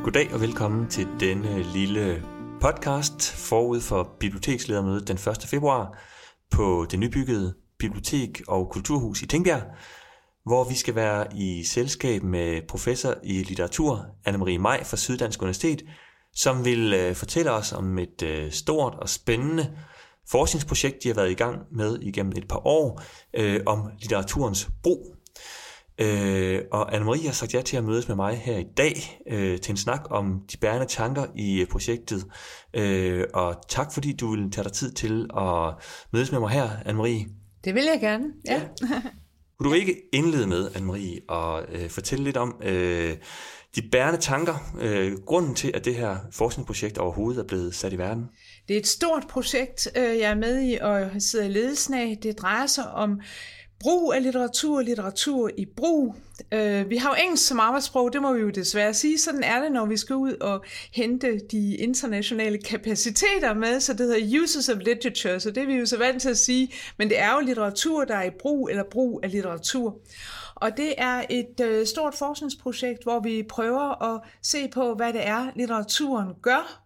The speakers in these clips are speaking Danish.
Goddag og velkommen til denne lille podcast forud for biblioteksledermødet den 1. februar på det nybyggede Bibliotek- og Kulturhus i Tingbjerg, hvor vi skal være i selskab med professor i litteratur Anne-Marie Maj fra Syddansk Universitet, som vil fortælle os om et stort og spændende forskningsprojekt, de har været i gang med igennem et par år, om litteraturens brug. Og Anne-Marie har sagt ja til at mødes med mig her i dag til en snak om de bærende tanker i projektet. Og tak fordi du ville tage dig tid til at mødes med mig her, Anne-Marie. Det vil jeg gerne, ja. Kunne du ikke indlede med, Anne-Marie, og fortælle lidt om de bærende tanker, grunden til, at det her forskningsprojekt overhovedet er blevet sat i verden? Det er et stort projekt, jeg er med i, og jeg sidder i ledelsen af. Det drejer sig om brug af litteratur, litteratur i brug. Vi har jo engelsk som arbejdssprog, det må vi jo desværre sige. Sådan er det, når vi skal ud og hente de internationale kapaciteter med, så det hedder uses of literature, så det er vi jo så vant til at sige, men det er jo litteratur, der er i brug, eller brug af litteratur. Og det er et stort forskningsprojekt, hvor vi prøver at se på, hvad det er, litteraturen gør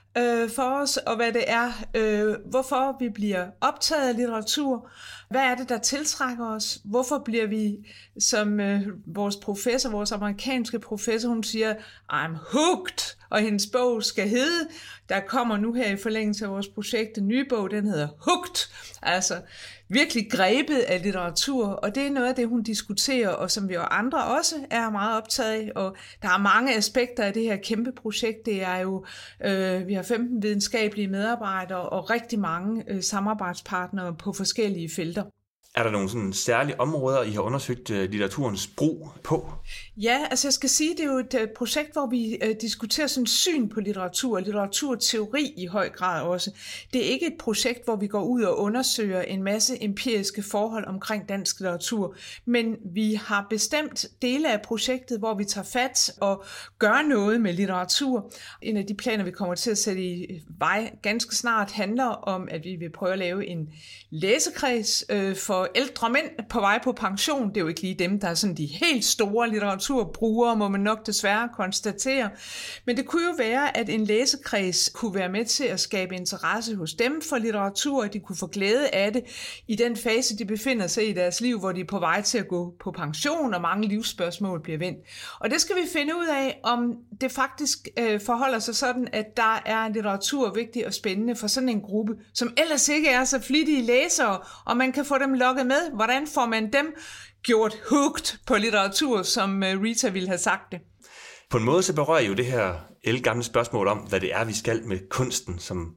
for os, og hvad det er, hvorfor vi bliver optaget af litteratur. Hvad er det, der tiltrækker os? Hvorfor bliver vi, som vores professor, vores amerikanske professor, hun siger, I'm hooked, og hendes bog skal hedde, der kommer nu her i forlængelse af vores projekt, en ny bog, den hedder Hooked, altså virkelig grebet af litteratur, og det er noget af det, hun diskuterer, og som vi jo andre også er meget optaget af, og der er mange aspekter af det her kæmpe projekt. Det er jo, vi har 15 videnskabelige medarbejdere og rigtig mange samarbejdspartnere på forskellige felter. Er der nogle sådan særlige områder, I har undersøgt litteraturens brug på? Ja, altså jeg skal sige, det er jo et projekt, hvor vi diskuterer sådan syn på litteratur, litteraturteori i høj grad også. Det er ikke et projekt, hvor vi går ud og undersøger en masse empiriske forhold omkring dansk litteratur, men vi har bestemt dele af projektet, hvor vi tager fat og gør noget med litteratur. En af de planer, vi kommer til at sætte i vej ganske snart, handler om, at vi vil prøve at lave en læsekreds for ældre mænd på vej på pension. Det er jo ikke lige dem, der er sådan de helt store litteraturbrugere, må man nok desværre konstatere. Men det kunne jo være, at en læsekreds kunne være med til at skabe interesse hos dem for litteratur, og de kunne få glæde af det i den fase, de befinder sig i deres liv, hvor de er på vej til at gå på pension, og mange livsspørgsmål bliver vendt. Og det skal vi finde ud af, om det faktisk forholder sig sådan, at der er litteratur vigtig og spændende for sådan en gruppe, som ellers ikke er så flittige læsere, og man kan få dem lukket med. Hvordan får man dem gjort hooked på litteratur, som Rita ville have sagt det? På en måde så berører jo det her ældgamle spørgsmål om, hvad det er, vi skal med kunsten, som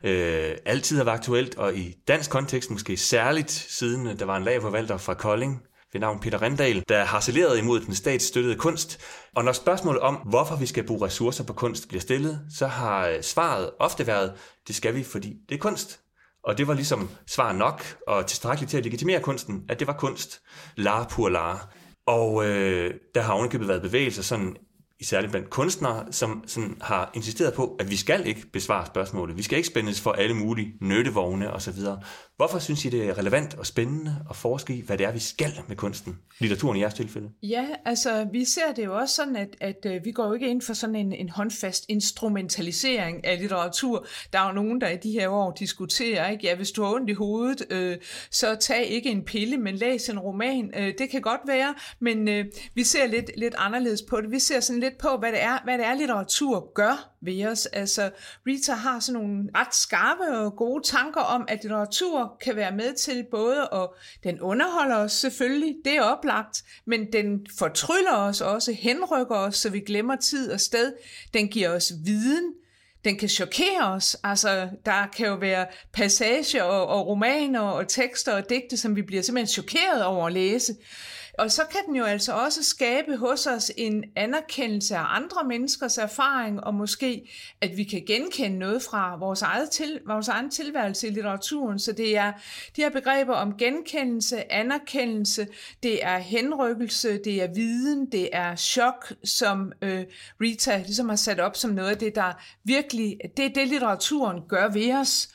altid har været aktuelt, og i dansk kontekst måske særligt, siden der var en lagerforvalter fra Kolding ved navn Peter Rindal, der harcelerede imod den statsstøttede kunst. Og når spørgsmålet om, hvorfor vi skal bruge ressourcer på kunst, bliver stillet, så har svaret ofte været, det skal vi, fordi det er kunst. Og det var ligesom svar nok og tilstrækkeligt til at legitimere kunsten, at det var kunst. L'art pour l'art. Og der har ovenikøbet været bevægelser, sådan, særligt blandt kunstnere, som sådan har insisteret på, at vi skal ikke besvare spørgsmålet. Vi skal ikke spændes for alle mulige nyttevogne osv. Hvorfor synes I, det er relevant og spændende at forske i, hvad det er, vi skal med kunsten? Litteraturen i jeres tilfælde? Ja, altså vi ser det jo også sådan, at vi går jo ikke ind for sådan en håndfast instrumentalisering af litteratur. Der er jo nogen, der i de her år diskuterer, ikke? Ja, hvis du har ondt i hovedet, så tag ikke en pille, men læs en roman. Det kan godt være, men vi ser lidt anderledes på det. Vi ser sådan lidt på, hvad det er litteratur gør ved os. Altså, Rita har sådan nogle ret skarpe og gode tanker om, at litteratur kan være med til både, og den underholder os selvfølgelig, det er oplagt, men den fortryller os også, henrykker os, så vi glemmer tid og sted. Den giver os viden. Den kan chokere os. Altså, der kan jo være passager og romaner og tekster og digte, som vi bliver simpelthen chokeret over at læse. Og så kan den jo altså også skabe hos os en anerkendelse af andre menneskers erfaring, og måske, at vi kan genkende noget fra vores egen tilværelse i litteraturen. Så det er de her begreber om genkendelse, anerkendelse, det er henrykkelse, det er viden, det er chok, som Rita ligesom har sat op som noget af det, der virkelig, det er det, litteraturen gør ved os.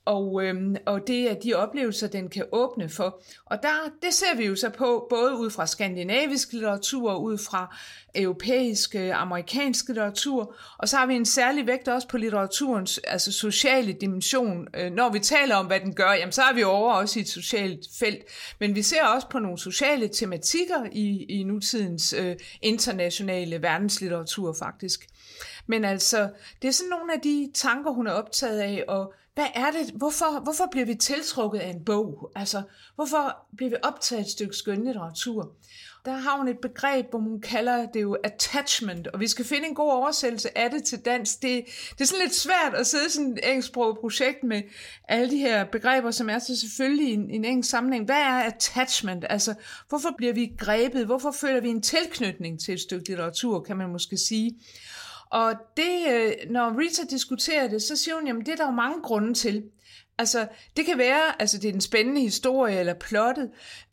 og det er de oplevelser, den kan åbne for. Og det ser vi jo så på, både ud fra skandinavisk litteratur, ud fra europæisk, amerikansk litteratur, og så har vi en særlig vægt også på litteraturens altså sociale dimension. Når vi taler om, hvad den gør, jamen, så er vi over også i et socialt felt, men vi ser også på nogle sociale tematikker i nutidens internationale verdenslitteratur faktisk. Men altså, det er sådan nogle af de tanker, hun er optaget af, og hvad er det? Hvorfor bliver vi tiltrukket af en bog? Altså, hvorfor bliver vi optaget af et stykke skønlitteratur? Der har hun et begreb, hvor hun kalder det jo attachment, og vi skal finde en god oversættelse af det til dansk. Det er sådan lidt svært at sidde i sådan et engelsksproget projekt med alle de her begreber, som er så selvfølgelig i en engelsk sammenhæng. Hvad er attachment? Altså, hvorfor bliver vi grebet? Hvorfor føler vi en tilknytning til et stykke litteratur, kan man måske sige? Og det, når Rita diskuterer det, så siger hun, jamen det er der jo mange grunde til. Altså, det kan være, altså det er den spændende historie eller plottet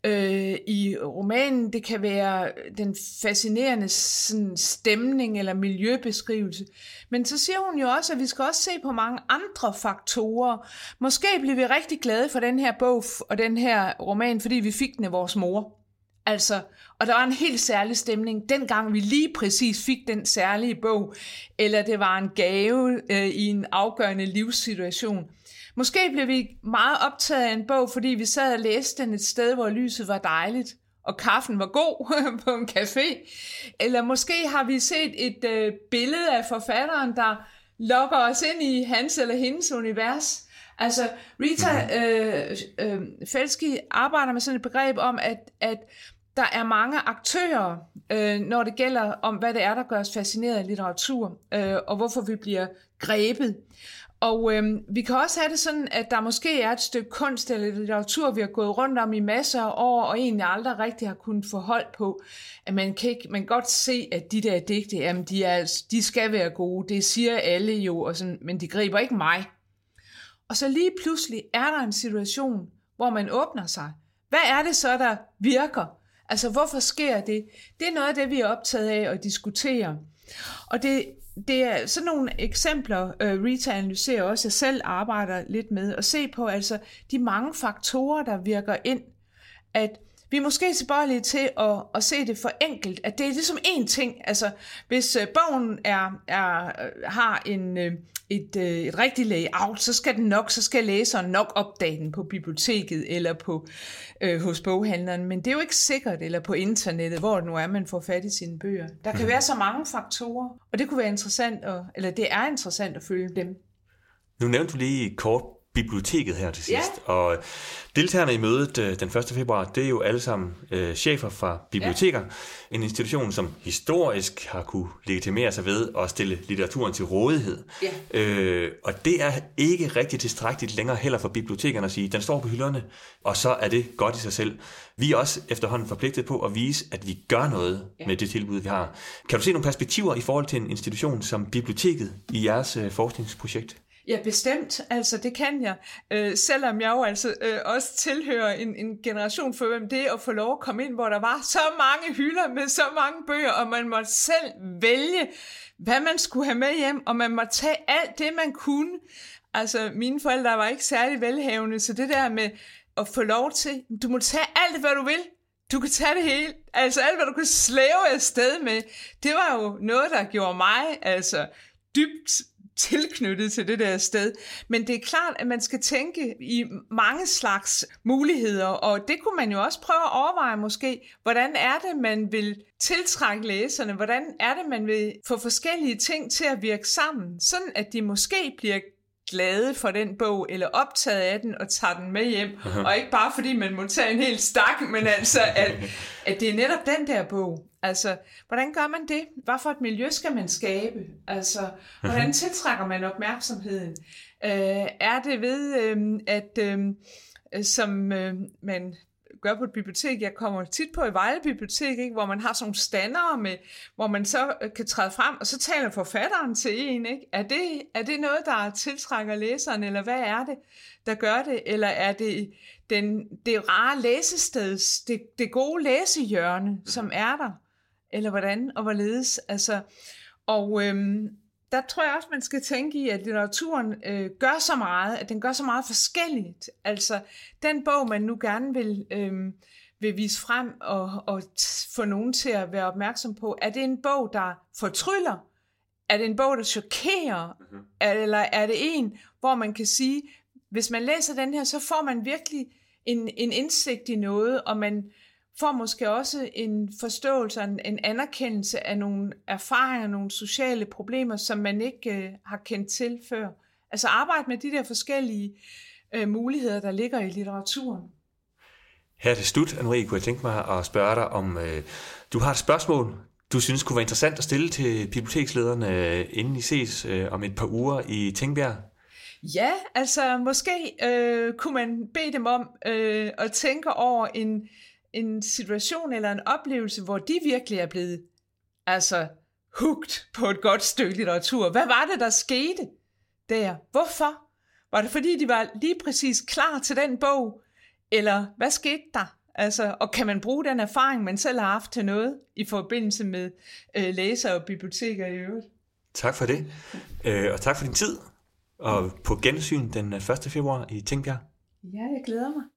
i romanen, det kan være den fascinerende sådan, stemning eller miljøbeskrivelse. Men så siger hun jo også, at vi skal også se på mange andre faktorer. Måske bliver vi rigtig glade for den her bog og den her roman, fordi vi fik den af vores mor. Altså, og der var en helt særlig stemning, dengang vi lige præcis fik den særlige bog, eller det var en gave i en afgørende livssituation. Måske blev vi meget optaget af en bog, fordi vi sad og læste den et sted, hvor lyset var dejligt, og kaffen var god på en café. Eller måske har vi set et billede af forfatteren, der lokker os ind i hans eller hendes univers. Altså, Rita Felski arbejder med sådan et begreb om, at der er mange aktører, når det gælder om, hvad det er, der gør os fascineret af litteratur, og hvorfor vi bliver grebet. Og vi kan også have det sådan, at der måske er et stykke kunst eller litteratur, vi har gået rundt om i masser af år, og egentlig aldrig rigtig har kunnet få hold på, at man kan godt se, at de der digte, jamen de skal være gode, det siger alle jo, og sådan, men de griber ikke mig. Og så lige pludselig er der en situation, hvor man åbner sig. Hvad er det så, der virker? Altså, hvorfor sker det? Det er noget af det, vi er optaget af at diskutere. Og det er sådan nogle eksempler, Rita analyserer også, jeg selv arbejder lidt med, at se på altså de mange faktorer, der virker ind, at vi er måske tilbøjelige til at se det for enkelt, at det er ligesom én ting. Altså, hvis bogen har et rigtigt layout, så skal læseren nok opdage den på biblioteket eller hos boghandleren, men det er jo ikke sikkert, eller på internettet, hvor det nu er, man får fat i sine bøger. Der kan være så mange faktorer, og det kunne være interessant, det er interessant at følge dem. Nu nævnte du lige kort biblioteket her til sidst, og deltagerne i mødet den 1. februar, det er jo alle sammen chefer fra biblioteker, en institution, som historisk har kunne legitimere sig ved at stille litteraturen til rådighed. Og det er ikke rigtig tilstrækkeligt længere heller for bibliotekerne at sige, den står på hylderne, og så er det godt i sig selv. Vi er også efterhånden forpligtet på at vise, at vi gør noget med det tilbud, vi har. Kan du se nogle perspektiver i forhold til en institution som biblioteket i jeres forskningsprojekt? Ja, bestemt. Altså, det kan jeg. Selvom jeg jo altså også tilhører en generation for hvem det at få lov at komme ind, hvor der var så mange hylder med så mange bøger, og man måtte selv vælge, hvad man skulle have med hjem, og man måtte tage alt det, man kunne. Altså, mine forældre var ikke særlig velhavende, så det der med at få lov til, du må tage alt, hvad du vil. Du kan tage det hele. Altså, alt, hvad du kan slæve afsted med, det var jo noget, der gjorde mig altså dybt tilknyttet til det der sted. Men det er klart, at man skal tænke i mange slags muligheder, og det kunne man jo også prøve at overveje måske. Hvordan er det, man vil tiltrække læserne? Hvordan er det, man vil få forskellige ting til at virke sammen, sådan at de måske bliver glade for den bog, eller optaget af den, og tager den med hjem. Og ikke bare fordi man må tage en hel stak, men altså, at det er netop den der bog. Altså, hvordan gør man det? Hvad for et miljø skal man skabe? Altså, hvordan tiltrækker man opmærksomheden? Er det ved, som man gør på et bibliotek, jeg kommer tit på i Vejle Bibliotek, ikke? Hvor man har sådan nogle standere med, hvor man så kan træde frem, og så taler forfatteren til en, ikke? Er det noget, der tiltrækker læseren, eller hvad er det, der gør det? Eller er det det rare læsesteds, det gode læsehjørne, som er der? Eller hvordan og hvorledes? Altså, og der tror jeg også, man skal tænke i, at litteraturen gør så meget, at den gør så meget forskelligt. Altså, den bog, man nu gerne vil vise frem og få nogen til at være opmærksom på, er det en bog, der fortryller? Er det en bog, der chokerer? Eller er det en, hvor man kan sige, hvis man læser den her, så får man virkelig en indsigt i noget, og man får måske også en forståelse, en anerkendelse af nogle erfaringer, nogle sociale problemer, som man ikke har kendt til før. Altså arbejde med de der forskellige muligheder, der ligger i litteraturen. Her til slut, Anne-Marie, kunne jeg tænke mig at spørge dig, om du har et spørgsmål, du synes kunne være interessant at stille til bibliotekslederne, inden I ses om et par uger i Tingbjerg? Ja, altså måske kunne man bede dem om at tænke over en situation eller en oplevelse, hvor de virkelig er blevet hooked på et godt stykke litteratur. Hvad var det, der skete der? Hvorfor? Var det fordi, de var lige præcis klar til den bog? Eller hvad skete der? Altså, og kan man bruge den erfaring, man selv har haft til noget i forbindelse med læser og biblioteker i øvrigt? Tak for det, og tak for din tid. Og på gensyn den 1. februar i Tingbjerg. Ja, jeg glæder mig.